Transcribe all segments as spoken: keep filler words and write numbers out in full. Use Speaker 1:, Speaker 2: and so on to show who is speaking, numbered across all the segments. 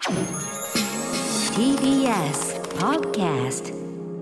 Speaker 1: ティービーエス Podcast。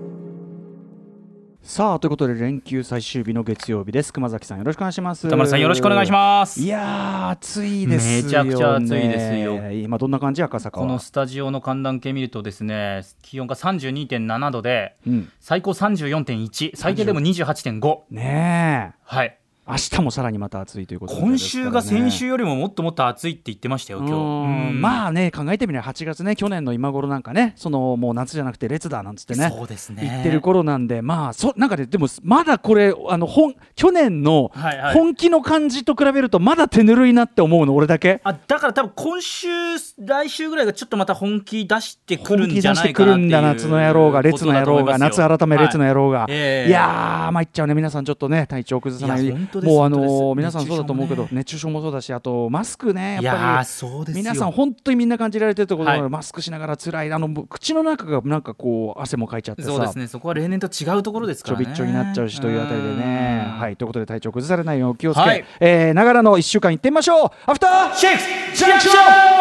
Speaker 2: さあということで連休最終日の月曜日です。熊崎さんよろしくお願いします。
Speaker 3: 歌丸さんよろしくお願いします。
Speaker 2: いやー暑いですよね。
Speaker 3: めちゃくちゃ暑いですよ。
Speaker 2: 今どんな感じ赤坂は。
Speaker 3: このスタジオの寒暖計見るとですね、気温が さんじゅうにてんなな 度で、うん、最高 さんじゅうよんてんいち、最低でも にじゅうはちてんご
Speaker 2: ねえ、
Speaker 3: はい、
Speaker 2: 明日もさらにまた暑いということで、
Speaker 3: 今週が先週よりももっともっと暑いって言ってましたよ今日。
Speaker 2: うん、まあね考えてみればはちがつね、去年の今頃なんかね、そのもう夏じゃなくて列だなんつってね、
Speaker 3: そうですね
Speaker 2: 言ってる頃なんで、まあそなんかね、でもまだこれあの本去年の本気の感じと比べるとまだ手ぬるいなって思うの俺だけ。
Speaker 3: あ、だから多分今週来週ぐらいがちょっとまた本気出してくるんじゃないかなっていう。本気出してくるんだ、
Speaker 2: 夏の野郎が、列の野郎が、夏改め列の野郎が、はい、えー、いやー参っちゃうね。皆さんちょっとね体調崩さないように。もうあの皆さんそうだと思うけど、熱中症もそうだし、あとマスクね、やっぱり皆さん本当にみんな感じられてるところで、はい、マスクしながら辛い、あの口の中がなんかこう汗もかいちゃってさ、
Speaker 3: そうですね、そこは例年と違うところですからね、
Speaker 2: ちょびっちょになっちゃうしというあたりでね、はい、ということで体調崩されないようお気をつけ、はい、えー、ながらのいっしゅうかんいってみましょう。アフターシックスジャンクショ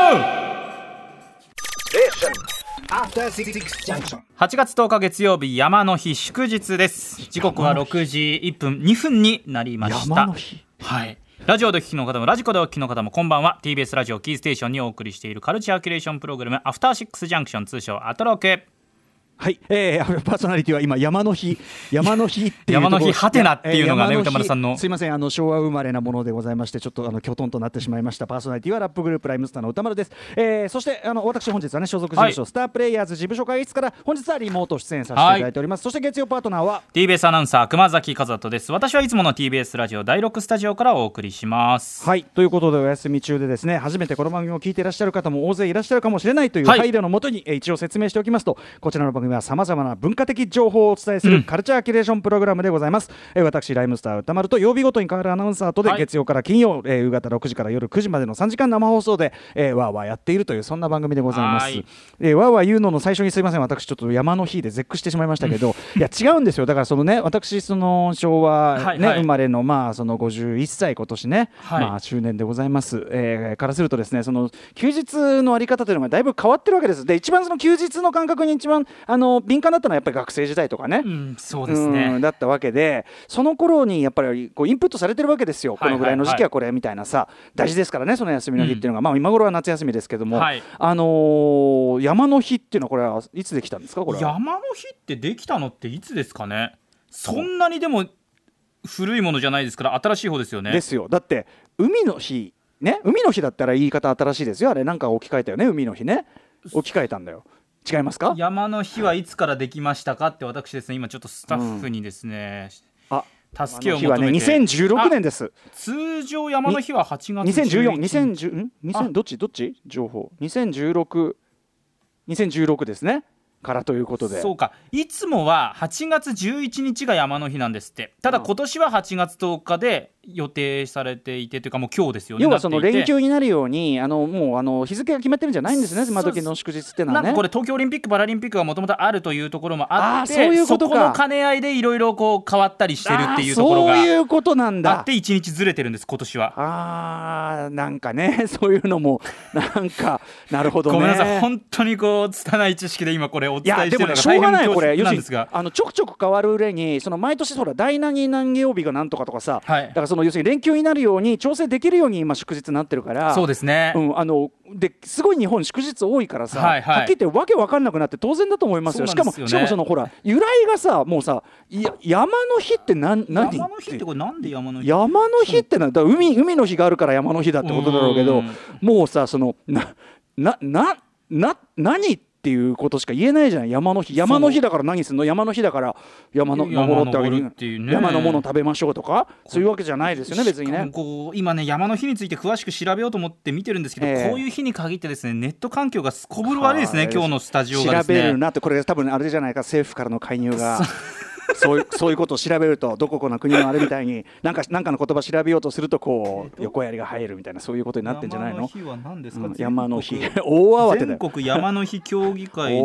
Speaker 2: ン。
Speaker 3: はちがつとおか月曜日、山の日祝日です。時刻はろくじいっぷんにふんになりました。
Speaker 2: 山の日、
Speaker 3: はい、ラジオでお聞きの方もラジコでお聞きの方もこんばんは。 ティービーエス ラジオキーステーションにお送りしているカルチャーキュレーションプログラム、アフターシックスジャンクション、通称アトロク。
Speaker 2: はい、えー、パーソナリティは今山の日山の日っていう
Speaker 3: 山の日ハテナっていうのがね、歌丸さんの、
Speaker 2: すいません、あの昭和生まれなものでございまして、ちょっとあのきょとんとなってしまいました。パーソナリティはラップグループライムスターの歌丸です。えー、そしてあの私本日はね、所属事務所、はい、スタープレイヤーズ事務所会議室から本日はリモート出演させていただいております。はい、そして月曜パートナーは
Speaker 3: ティービーエス アナウンサー熊崎和人です。私はいつもの ティービーエス ラジオだいろくスタジオからお送りします。
Speaker 2: はい、ということでお休み中でですね、初めてこの番組を聞いていらっしゃる方も大勢いらっしゃるかもしれないという配慮のもとに、はい、一応説明しておきますと、こちらの番組はさまざまな文化的情報をお伝えするカルチャーキュレーションプログラムでございます。うん、え私ライムスター歌丸と曜日ごとに変わるアナウンサーとで、はい、月曜から金曜、えー、夕方ろくじから夜くじまでのさんじかん生放送で、えー、わーわーやっているというそんな番組でございます。えー、わーわー言うのの最初にすいません、私ちょっと山の日で絶句してしまいましたけど、いや違うんですよ。だからそのね、私その昭和、ね、はいはい、生まれのまあそのごじゅういっさい今年ね、はい、まあ周年でございます。えー、からするとですね、その休日のあり方というのがだいぶ変わってるわけです。で一番その休日の感覚に一番あの敏感だったのはやっぱり学生時代とかね、うん、
Speaker 3: そうですね、
Speaker 2: うん、だったわけで、その頃にやっぱりこうインプットされてるわけですよ。このぐらいの時期はこれみたいなさ、大事ですからね、その休みの日っていうのが、うん、まあ今頃は夏休みですけども、はい、あのー、山の日っていうのはこれはいつできたんですか。これは
Speaker 3: 山の日ってできたのっていつですかね。そんなにでも古いものじゃないですから、新しい方ですよね。
Speaker 2: ですよ。だって海の日ね、海の日だったら言い方新しいですよ。あれなんか置き換えたよね、海の日ね、置き換えたんだよ。違いますか。
Speaker 3: 山の日はいつからできましたかって、私ですね今ちょっとスタッフにですね、うん、あ助けを求めて、
Speaker 2: 山の日はねにせんじゅうろくねんです。
Speaker 3: 通常山の日ははちがつ
Speaker 2: にせんじゅうよん、にせんじゅう、んにせんどっちどっち情報にせんじゅうろく、にせんじゅうろくですねからということで、
Speaker 3: そうか、いつもははちがつじゅういちにちが山の日なんですって。ただ今年ははちがつとおかで予定されていてというか、もう今日ですよね。
Speaker 2: 要はその連休になるように、あのもうあの日付が決まってるんじゃないんですね、今時の祝日ってのはね。
Speaker 3: なんかこれ東京オリンピック・パラリンピックがもともとあるというところもあって、
Speaker 2: あ、そういうことか、
Speaker 3: そこの兼ね合いでいろいろこう変わったりしてるっていうところがあって、
Speaker 2: そういうことなんだ。
Speaker 3: あっていちにちずれてるんです今年は。
Speaker 2: あー、なんかねそういうのもなんかなるほどね。
Speaker 3: ごめんなさい、本当にこう拙い知識で今これお伝えしてるのが大変恐縮なんですが、
Speaker 2: あのちょくちょく変わる上に、その毎年ほら第何何曜日がなんとかとかさ、はい、だからその要するに連休になるように調整できるように今祝日になってるから。
Speaker 3: そうですね、
Speaker 2: うん、あのですごい日本祝日多いからさ、はいはい、はっきり言ってわけわかんなくなって当然だと思いますよ。しかもしかもそのほら由来がさ、もうさ、いや山の日って何何
Speaker 3: 山の日ってこれなんで山の日
Speaker 2: 山の日ってなんだ、海海の日があるから山の日だってことだろうけど、もうさそのなななな何っていうことしか言えないじゃない。山の日、山の日だから何するの、山の日だから山の登ろうってわけに、っていう、ね、山のもの食べましょうとかそういうわけじゃないですよね別にね。
Speaker 3: こう今ね山の日について詳しく調べようと思って見てるんですけど、えー、こういう日に限ってですねネット環境がすこぶる悪いですね、今日のスタジオがですね。
Speaker 2: 調べるなって、これ多分あれじゃないか、政府からの介入がそういう、そういうことを調べるとどここの国のあれみたいになんか、なんかの言葉調べようとするとこう横槍が入るみたいな、そういうことになってんじゃないの。
Speaker 3: 山の日は何ですか、うん、
Speaker 2: 山の日大慌てだよ。
Speaker 3: 全国山の日協議会の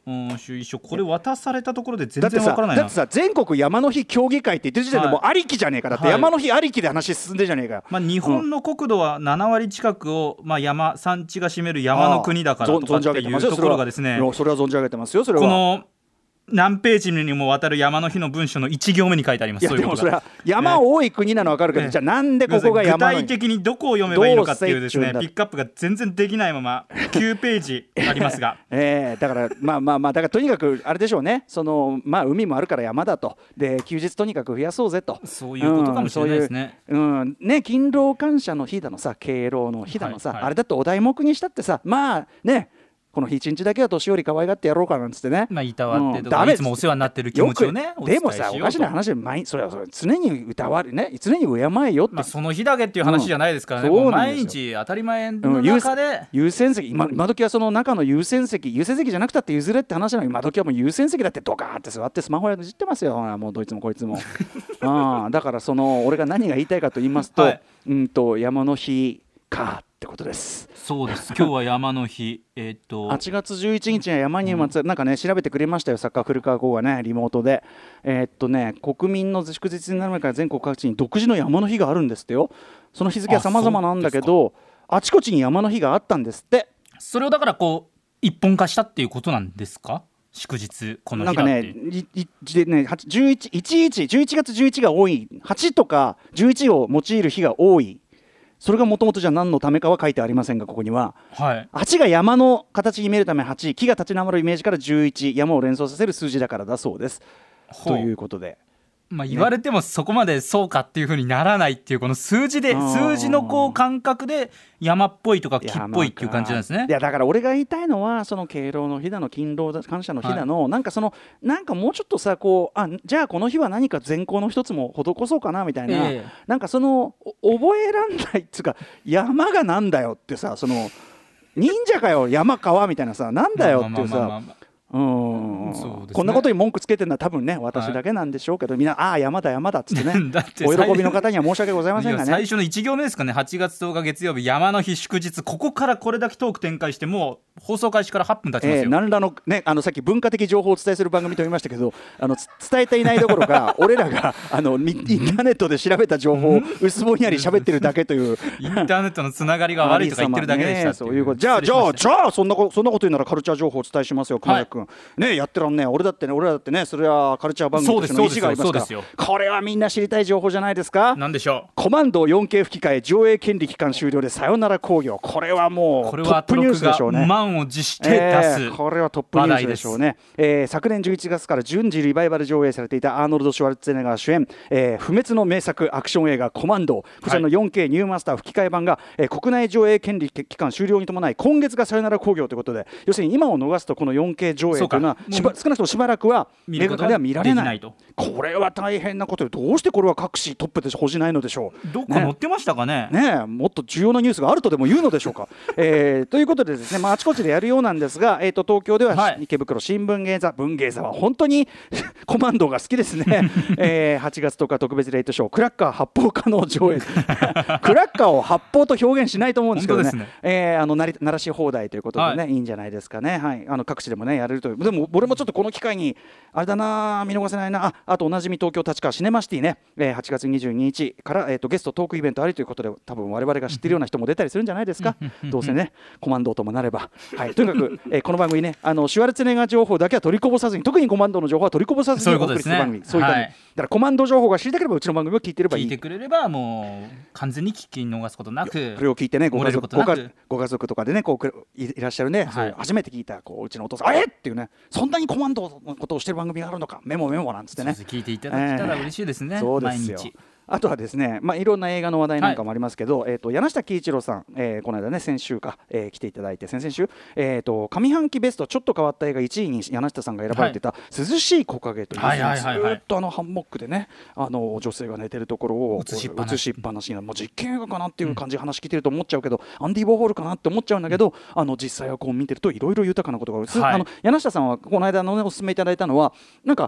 Speaker 3: うん首位書これ渡されたところで全然わからないな。
Speaker 2: だってさ、だってさ全国山の日協議会って言ってる時点でもうありきじゃねえか、だって山の日ありきで話進んでるじゃねえかよ、
Speaker 3: まあ、日本の国土はななわり近くを、まあ、山山地が占める山の国だからとかっていうところがですね、
Speaker 2: それは存じ上げてますよ。それは
Speaker 3: この何ページにもわたる山の日の文書のいち行目に書いてあります。
Speaker 2: いやでもそれは山多い国なの分かるけど、ね、じゃあなんでここが山の日、
Speaker 3: 具体的にどこを読めばいいのかっていうですねピックアップが全然できないままきゅうページありますが、
Speaker 2: えー、だからまあまあまあだからとにかくあれでしょうね、そのまあ海もあるから山だと、で休日とにかく増やそうぜと、
Speaker 3: そういうことかもしれないですね。
Speaker 2: うん、うんね、勤労感謝の日だのさ、敬老の日だのさ、はいはい、あれだってお題目にしたってさ、まあねこの日一日だけは年寄り可愛がってやろうかなんつってね、
Speaker 3: まあ、いたわってとか、うん、いつもお世話になってる気持ちをねお伝えしようと。でもさおかしな話で毎それはそれ常に歌われね常に敬えよって、まあ、その日だけっていう話じゃないですからね、うん、もう毎日当たり前の中で、うん、
Speaker 2: 優先席 今, 今時はその中の優先席優先席じゃなくたって譲れって話なのに、今時はもう優先席だってドカーって座ってスマホやいじってますよ、もうどいつもこいつもあだからその俺が何が言いたいかと言いますと、はい、うんと山の日かってことです。
Speaker 3: そうです。今日は山の日えっと
Speaker 2: はちがつじゅういちにちには山にまつわる、うん、なんかね調べてくれましたよ、作家古川光がねリモートで、えー、っとね国民の祝日になる前から全国各地に独自の山の日があるんですってよ。その日付は様々なんだけど あ, あちこちに山の日があったんですって。
Speaker 3: それをだからこう一本化したっていうことなんですか、祝日この日だって。なんかねいいね
Speaker 2: じゅういち、いちいち、じゅういちがつじゅういちが多い、はちとかじゅういちを用いる日が多い。それがもともとじゃあ何のためかは書いてありませんが、ここには、はい、はちが山の形に見えるためはち、木が立ち上るイメージからじゅういち、山を連想させる数字だからだそうです。ということで、
Speaker 3: まあ、言われてもそこまでそうかっていう風にならないっていう、この数字で数字のこう感覚で山っぽいとか木っぽいっていう感じなんですね。
Speaker 2: いやだから俺が言いたいのは、その敬老の日だの勤労感謝の日だの、はい、なんかそのなんかもうちょっとさこうあじゃあこの日は何か善行の一つも施そうかなみたいな、えー、なんかその覚えらんないっつうか、山がなんだよってさ、その忍者かよ山川みたいなさ、なんだよっていうさ、うんうんそうですね、こんなことに文句つけてるのは多分ね私だけなんでしょうけど、はい、みんなああ山だ山だっつってねだってお喜びの方には申し訳ございませんがね。
Speaker 3: 最初のいち行目ですかね、はちがつとおか月曜日山の日祝日、ここからこれだけトーク展開してもう放送開始からはっぷん経ちますよ、
Speaker 2: えー、何らの、ね、あのさっき文化的情報をお伝えする番組と言いましたけど、あの伝えていないどころか俺らがあのインターネットで調べた情報を薄ぼんやり喋ってるだけという
Speaker 3: インターネットのつながりが悪いとか言ってるだけでしたっていう、
Speaker 2: ね、そういうこと。じゃあじゃあじゃあそんなこそんなこと言うならカルチャー情報をお伝えしますよ熊谷君、はい、ねやってらんね俺だってね俺らだってねそれはカルチャー番組としての意思がありますから、これはみんな知りたい情報じゃないですか。
Speaker 3: 何でしょう。
Speaker 2: コマンド よんケー 吹き替え上映権利期間終了でさよなら興行、これはもうトップニュースでしょうね。
Speaker 3: 満を持して出す、
Speaker 2: えー、これはトップニュースでしょうね。えー、昨年じゅういちがつから順次リバイバル上映されていたアーノルド・シュワルツェネッガー主演、えー、不滅の名作アクション映画コマンド、こちらの よんケー ニューマスター吹き替え版が、えー、国内上映権利期間終了に伴い今月がさよなら興行ということで、要するに今を逃すとこの よんケー 上映というのはしば少なくともしばらくは映画館では見られない。ないと、これは大変なことで、どうしてこれは各紙トップで報じないのでしょう。
Speaker 3: どっか載ってましたかね。
Speaker 2: ねえもっと重要なニュースがあるとでも言うのでしょうか、えー、ということでですね、まあ、あちこちでやるようなんですが、えー、と東京では、はい、池袋新聞芸座文芸座は本当にコマンドが好きですね、えー、はちがつとおか特別レイトショークラッカー発砲可能上映クラッカーを発砲と表現しないと思うんですけど ね, ね、えー、あの鳴らし放題ということでね、はい、いいんじゃないですかね、はい、あの各地でもねやれるという。でも俺もちょっとこの機会にあれだな見逃せないなあ。あとおなじみ東京立川シネマシティね、えー、はちがつにじゅうににちから、えー、とゲストトークイベントありということで、多分我々が知っているような人も出たりするんじゃないですかどうせねコマンドともなれば、はい、とにかく、えー、この番組ねあのシュワルツェネッガー情報だけは取りこぼさずに、特にコマンドの情報は取りこぼさずにお送りする番組、そういう感じ、はい、だからコマンド情報が知りたければうちの番組を聞いてればいい、
Speaker 3: 聞いてくれればもう完全に聞き逃すことなく、
Speaker 2: これを聞いてねご家族、ご家ご家族とかでねこう い, いらっしゃるね、はい、初めて聞いたこううちのお父さんあえっていうね、そんなにコマンドのことをしてる番組があるのかメモメモなんつってね、
Speaker 3: 聞いていただけたら嬉しいですね、えー、
Speaker 2: そうですよ。毎日あとはですね、まあ、いろんな映画の話題なんかもありますけど、はい、えー、と柳下喜一郎さん、えー、この間ね先週か、えー、来ていただいて先々週、えー、と上半期ベストちょっと変わった映画いちいに柳下さんが選ばれてた、はい、涼しい木陰という、はいはいはいはい、ずっとあのハンモックでねあの女性が寝てるところを映しっぱなし、しっぱなしな、もう実験映画かなっていう感じで話聞いてると思っちゃうけど、うん、アンディ・ウォーホルかなって思っちゃうんだけど、うん、あの実際はこう見てるといろいろ豊かなことが、はい、あの柳下さんはこの間の、ね、お勧めいただいたのはなんか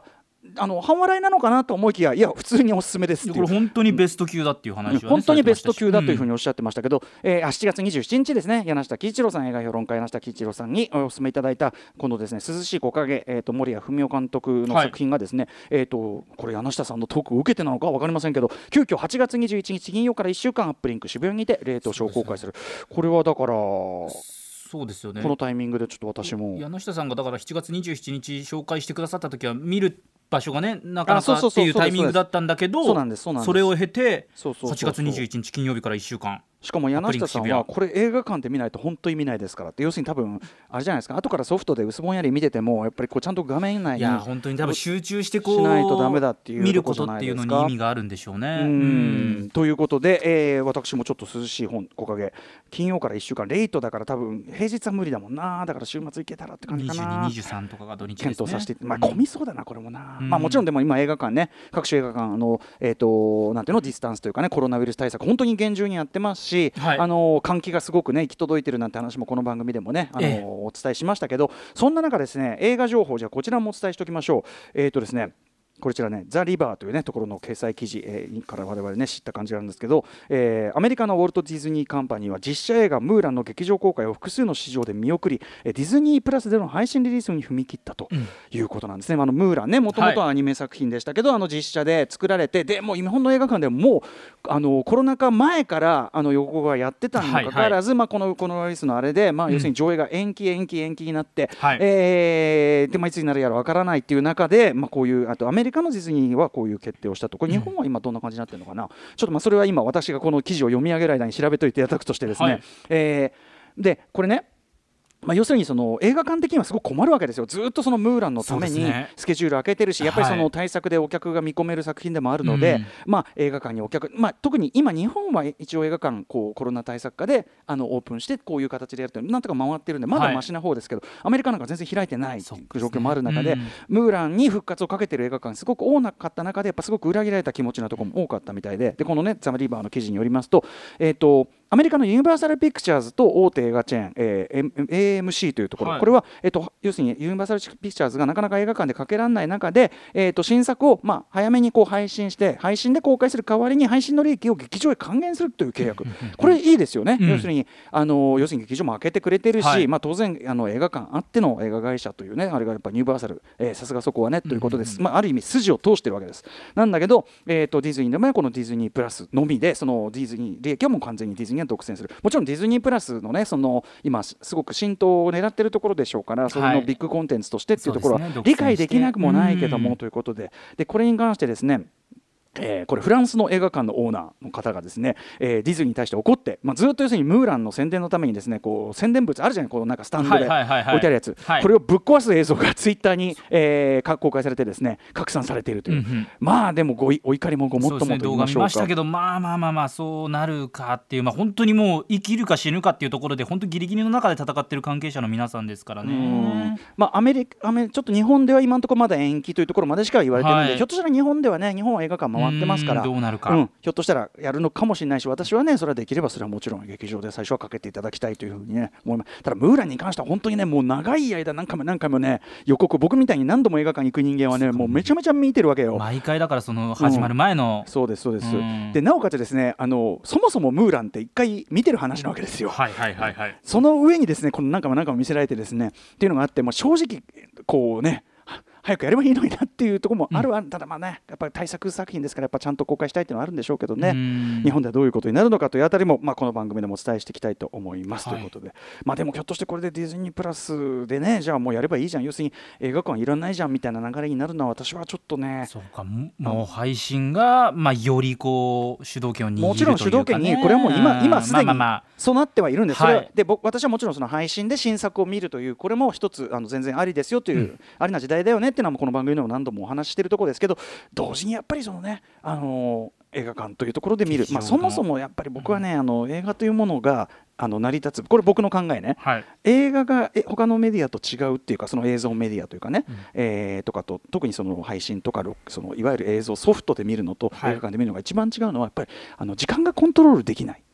Speaker 2: あの半笑いなのかなと思いきやいや普通におすすめですっていう、
Speaker 3: これ本当にベスト級だっていう話は、ね、
Speaker 2: 本当にベスト級だというふうにおっしゃってましたけど、うんえー、しちがつにじゅうしちにちですね、柳下喜一郎さん、映画評論家柳下喜一郎さんにお勧めいただいたこのですね涼しい木陰、えー、と森谷文夫監督の作品がですね、はいえー、とこれ柳下さんのトークを受けてなのか分かりませんけど、急遽はちがつにじゅういちにち金曜からいっしゅうかんアップリンク渋谷にてレートショー公開する。これはだから
Speaker 3: そうですよね、
Speaker 2: このタイミングでちょっと私も
Speaker 3: 柳下さんがだからしちがつにじゅうしちにち紹介してくださった時は見る場所がねなかなかっていうタイミングだったんだけど、それを経てはちがつにじゅういちにち金曜日からいっしゅうかん、
Speaker 2: しかも柳下さんはこれ映画館で見ないと本当に見ないですからって、要するに多分あれじゃないですか、後からソフトで薄ぼんやり見ててもやっぱりこうちゃんと画面内に
Speaker 3: いや本当に多分集中してこう
Speaker 2: しないとダメだっていう
Speaker 3: 見ることっていうのに意味があるんでしょうね。
Speaker 2: うんうんということで、えー、私もちょっと涼しい本木陰金曜からいっしゅうかんレイトだから多分平日は無理だもんな、だから週末行けたらって感じかな。
Speaker 3: にじゅうに、にじゅうさんとかが土日ですね
Speaker 2: 検討させて、まあ混みそうだなこれもな、うんまあ、もちろんでも今映画館ね各種映画館の、えー、となんていうのディスタンスというかねコロナウイルス対策本当に厳重にやってますし、はい、あの換気がすごくね行き届いてるなんて話もこの番組でもねあの、ええ、お伝えしましたけど、そんな中ですね映画情報じゃあこちらもお伝えしておきましょう。えーとですねこちらねザ・リバーというねところの掲載記事、えー、から我々ね知った感じなんですけど、えー、アメリカのウォルト・ディズニーカンパニーは実写映画ムーランの劇場公開を複数の市場で見送り、ディズニープラスでの配信リリースに踏み切ったということなんですね、うん、あのムーランねもともとはアニメ作品でしたけど、はい、あの実写で作られてでもう日本の映画館でもうあのコロナ禍前からあの予告がやってたにもかかわらず、はいはいまあ、このコロナウイルスのあれで、まあ、要するに上映が延期延期延期になって、うんえーでまあ、いつになるやらわからないっていう中で、まあ、こういうあとアメリカのディズニーはこういう決定をしたと。これ日本は今どんな感じになってるのかな、うん、ちょっとまあそれは今私がこの記事を読み上げる間に調べておいていただくとしてですね、はいえー、でこれねまあ、要するにその映画館的にはすごく困るわけですよ。ずっとそのムーランのためにスケジュール空けてるし、やっぱりその対策でお客が見込める作品でもあるので、はいまあ、映画館にお客、まあ、特に今日本は一応映画館こうコロナ対策下であのオープンしてこういう形でやるとなんとか回ってるんでまだマシな方ですけど、はい、アメリカなんか全然開いてない状況もある中で、ねうん、ムーランに復活をかけてる映画館すごく多かった中でやっぱすごく裏切られた気持ちなところも多かったみたいで、でこのねザ・リバーの記事によりますと、えーとアメリカのユニバーサル・ピクチャーズと大手映画チェーン、えー、エーエムシー というところ、はい、これは、えー、と要するにユニバーサル・ピクチャーズがなかなか映画館でかけられない中で、えー、と新作を、まあ、早めにこう配信して配信で公開する代わりに配信の利益を劇場へ還元するという契約これいいですよね、うん、要するにあの要するに劇場も開けてくれてるし、はいまあ、当然あの映画館あっての映画会社というねあれがやっぱユニバーサルさすがそこはねということです、まあ、ある意味筋を通してるわけです。なんだけど、えー、とディズニーでもこのディズニープラスのみでそのディズニー利益はもう完全にディズニーが独占する。もちろんディズニープラスのねその今すごく浸透を狙っているところでしょうから、そのビッグコンテンツとしてっていうところは理解できなくもないけどもということで、でこれに関してですねえー、これフランスの映画館のオーナーの方がですね、えー、ディズニーに対して怒って、まあ、ずっと要するにムーランの宣伝のためにですねこう宣伝物あるじゃないこうなんかスタンドで置いてあるやつ、はいはいはいはい、これをぶっ壊す映像がツイッターに、えー、公開されてですね拡散されているという、うんうん、まあでもごいお怒りもごもっともと言いましょうか。そうですね、動画見ましたけどまあまあまあまあそうなるかっていう、まあ、本当にもう生きるか死ぬかっていうところで本当ギリギリの中で戦っている関係者の皆さんですからね。うんまあアメリカアメちょっと日本では今のところまだ延期というところまでしか言われてないので、はい、ひょっとしたら日本ではね日本は映画館回ってますから、なるかうん、ひょっとしたらやるのかもしれないし、私はねそれはできればそれはもちろん劇場で最初はかけていただきたいというふうにね思います。ただムーランに関しては本当にねもう長い間何回も何回もね予告僕みたいに何度も映画館に行く人間はねもうめちゃめちゃ見てるわけよ。
Speaker 3: 毎回だからその始まる前の、
Speaker 2: うん、そうですそうです、うん、でなおかつですねあのそもそもムーランって一回見てる話なわけですよ。はいはいはいはい。その上にですねこの何回も何回も見せられてですねっていうのがあって、まあ、正直こうね早くやればいいのになっていうところもあるわ、うん、ただまあねやっぱり対策作品ですからやっぱちゃんと公開したいっていうのはあるんでしょうけどね、日本ではどういうことになるのかというあたりも、まあ、この番組でもお伝えしていきたいと思います、はい、ということで、まあ、でもひょっとしてこれでディズニープラスでねじゃあもうやればいいじゃん要するに映画館いらないじゃんみたいな流れになるのは私はちょっとね
Speaker 3: そうかもう配信が、まあ、よりこう主導権を握るというか、ね、
Speaker 2: もちろん主導権にこれはもう今今すでにそうなってはいるんです、まあまあまあ、それで僕私はもちろんその配信で新作を見るというこれも一つあの全然ありですよという、うん、ありな時代だよねっていうのはこの番組でも何度もお話ししているところですけど、同時にやっぱりそのね、あのー、映画館というところで見る、まあ、そもそもやっぱり僕はね、うん、あの映画というものがあの成り立つこれ僕の考えね、はい、映画がえ他のメディアと違うっていうかその映像メディアというかね、うんえー、とかと特にその配信とかそのいわゆる映像ソフトで見るのと映画館で見るのが一番違うのはやっぱりあの時間がコントロールできない。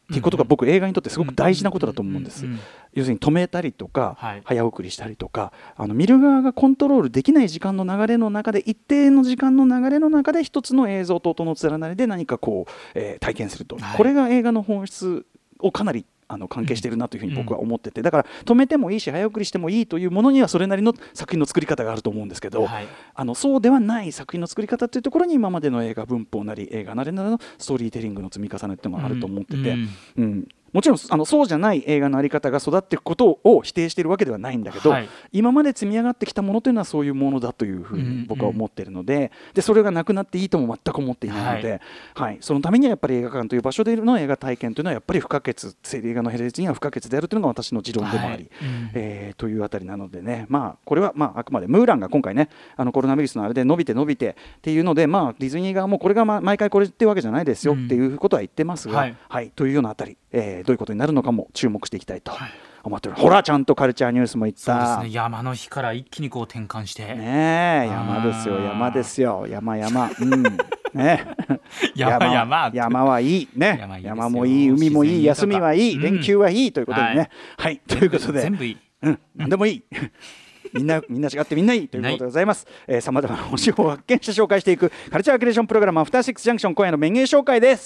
Speaker 2: っていうことが僕映画にとってすごく大事なことだと思うんです。要するに止めたりとか、はい、早送りしたりとか、あの見る側がコントロールできない時間の流れの中で、一定の時間の流れの中で一つの映像と音の連なりで何かこう、えー、体験すると、はい、これが映画の本質をかなりあの関係しているなというふうに僕は思ってて、だから止めてもいいし早送りしてもいいというものにはそれなりの作品の作り方があると思うんですけど、はい、あのそうではない作品の作り方というところに今までの映画文法なり映画なりなりのストーリーテリングの積み重ねっていうのがあると思ってて、うんうんうん、もちろんあのそうじゃない映画のあり方が育っていくことを否定しているわけではないんだけど、はい、今まで積み上がってきたものというのはそういうものだというふうに僕は思っているので、うんうん、でそれがなくなっていいとも全く思っていないので、はいはい、そのためにはやっぱり映画館という場所での映画体験というのはやっぱり不可欠、映画のヘレジには不可欠であるというのが私の持論でもあり、はいうんえー、というあたりなのでね、まあ、これはまああくまでムーランが今回ねあのコロナウイルスのあれで伸びて伸びてっていうので、まあ、ディズニー側もこれが毎回これっていうわけじゃないですよっていうことは言ってますが、うんはいはい、というようなあたり、えー、どういうことになるのかも注目していきたいと思っております。ほらちゃんとカルチャーニュースもいった。
Speaker 3: そうですね、山の日から一気にこう転換して
Speaker 2: ねえ山ですよ山ですよ山山うんね、
Speaker 3: 山山
Speaker 2: 山はいいね、山, いい山もいい海もいい休みはいい、うん、連休はいいということでね、はい、はい、ということで
Speaker 3: 全部いい、
Speaker 2: うん、何でもいいみんなみんな違ってみんないいということでございます。さまざまな星を発見して紹介していくカルチャーキュレーションプログラムアフターシックスジャンクション、今夜のメニュー紹介です。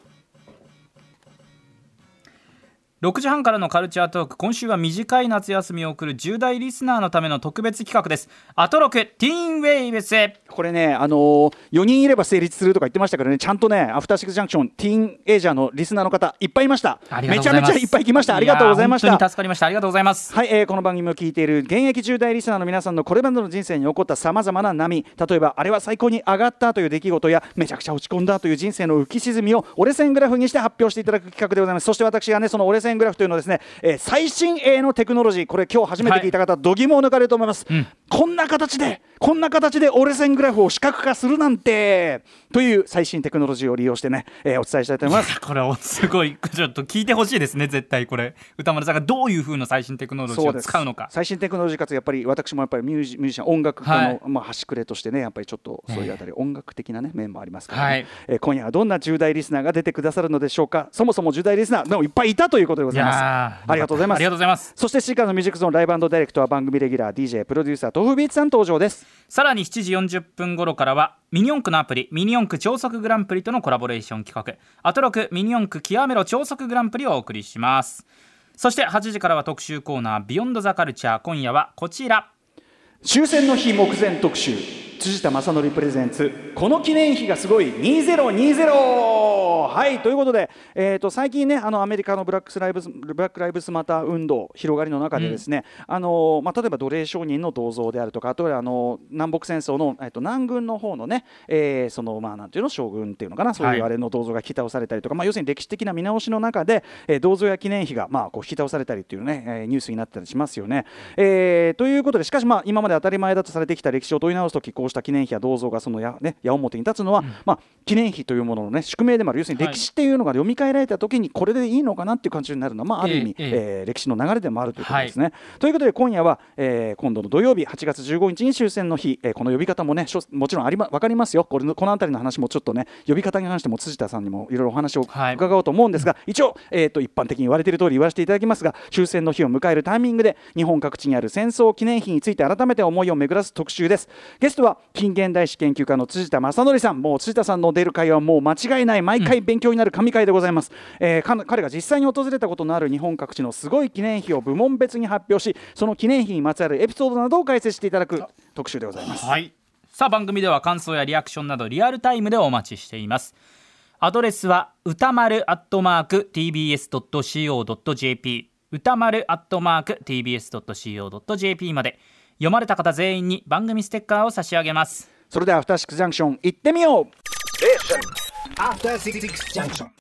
Speaker 3: ろくじはんからのカルチャートーク、今週は短い夏休みを送るじゅう代リスナーのための特別企画です。アトロクティーンウェイブス。
Speaker 2: これね、あのー、よにんいれば成立するとか言ってましたからね、ちゃんとねアフターシックスジャンクションティーンエイジャーのリスナーの方いっぱいいました。めちゃめちゃいっぱい来ました。ありがとうございました。
Speaker 3: 本当に助かりました。ありがとうございます。
Speaker 2: はい、えー、この番組を聞いている現役じゅう代リスナーの皆さんのこれまでの人生に起こったさまざまな波、例えばあれは最高に上がったという出来事やめちゃくちゃ落ち込んだという人生の浮き沈みを折れ線グラフにして発表していただく企画でございます。そして私がねその折れ線グラフというのをですね、えー、最新鋭のテクノロジー、これ今日初めて聞いた方、はい、度肝を抜かれると思います、うん、こんな形でこんな形で折れ線グラフを視覚化するなんてという最新テクノロジーを利用してね、えー、お伝えしたいと思います。
Speaker 3: これはすごいちょっと聞いてほしいですね。絶対これ歌丸さんがどういう風な最新テクノロジーを使うのか。
Speaker 2: 最新テクノロジーかつやっぱり私もやっぱりミュージ、ミュージシャン音楽家の、はい、まあ、端くれとしてねやっぱりちょっとそういうあたり音楽的な、ね、面もありますから、ね、はい、えー、今夜はどんなじゅう代リスナーが出てくださるのでしょうか。そもそもじゅう代リスナーでもいっぱいいたということでございます。ありがとうございます。
Speaker 3: ありがとうございます。
Speaker 2: そしてしちじからのミュージックゾーンライブ&ダイレクトは番組レギュラー ディージェー プロデューサー豆腐ビーツさん登場です。
Speaker 3: さらにしちじよんじゅっぷん頃からはミニ四駆のアプリミニ四駆超速グランプリとのコラボレーション企画アトロクミニ四駆極めろ超速グランプリをお送りします。そしてはちじからは特集コーナービヨンドザカルチャー、今夜はこちら、
Speaker 2: 終戦の日目前特集、辻田正則プレゼンツこの記念碑がすごいにせんにじゅう。はい、ということで、えー、と最近ねあのアメリカのブラックスライブスブラックライブスマター運動広がりの中でですね、うん、あのまあ、例えば奴隷商人の銅像であるとか、あとはあの南北戦争の、えー、と南軍の方のね、えー、そのまあなんていうの将軍っていうのかな、そういうあれの銅像が引き倒されたりとか、はい、まあ、要するに歴史的な見直しの中で、えー、銅像や記念碑がまあこう引き倒されたりっていうね、えー、ニュースになったりしますよね。えー、ということでしかしまあ今まで当たり前だとされてきた歴史を問い直すとき、こうした記念碑や銅像がそのや、ね、矢面に立つのは、うん、まあ、記念碑というものの、ね、宿命でもある。要するに歴史っていうのが読み替えられたときにこれでいいのかなっていう感じになるのは、まあ、ある意味、えーえー、歴史の流れでもあるということですね、はい、ということで今夜は、えー、今度の土曜日はちがつじゅうごにちに終戦の日、えー、この呼び方もねもちろんあり、ま、分かりますよ。これのこのあたりの話もちょっとね呼び方に関しても辻田さんにもいろいろお話を伺おうと思うんですが、はい、一応、えー、と一般的に言われている通り言わせていただきますが、終戦の日を迎えるタイミングで日本各地にある戦争記念碑について改めて思いを巡らす特集です。ゲストは近現代史研究家の辻田正則さん。もう辻田さんの出る会はもう間違いない、毎回勉強になる神回でございます、うん、えー、彼が実際に訪れたことのある日本各地のすごい記念碑を部門別に発表し、その記念碑にまつわるエピソードなどを解説していただく特集でございます。
Speaker 3: はい、さあ番組では感想やリアクションなどリアルタイムでお待ちしています。アドレスは歌丸アットマーク ティービーエスドットシーオードットジェーピー 歌丸アットマーク ティービーエスドットシーオードットジェーピー まで。読まれた方全員に番組ステッカーを差し上げます。
Speaker 2: それではアフターシックスジャンクション行ってみよう。
Speaker 4: アフターシックスジャンクション。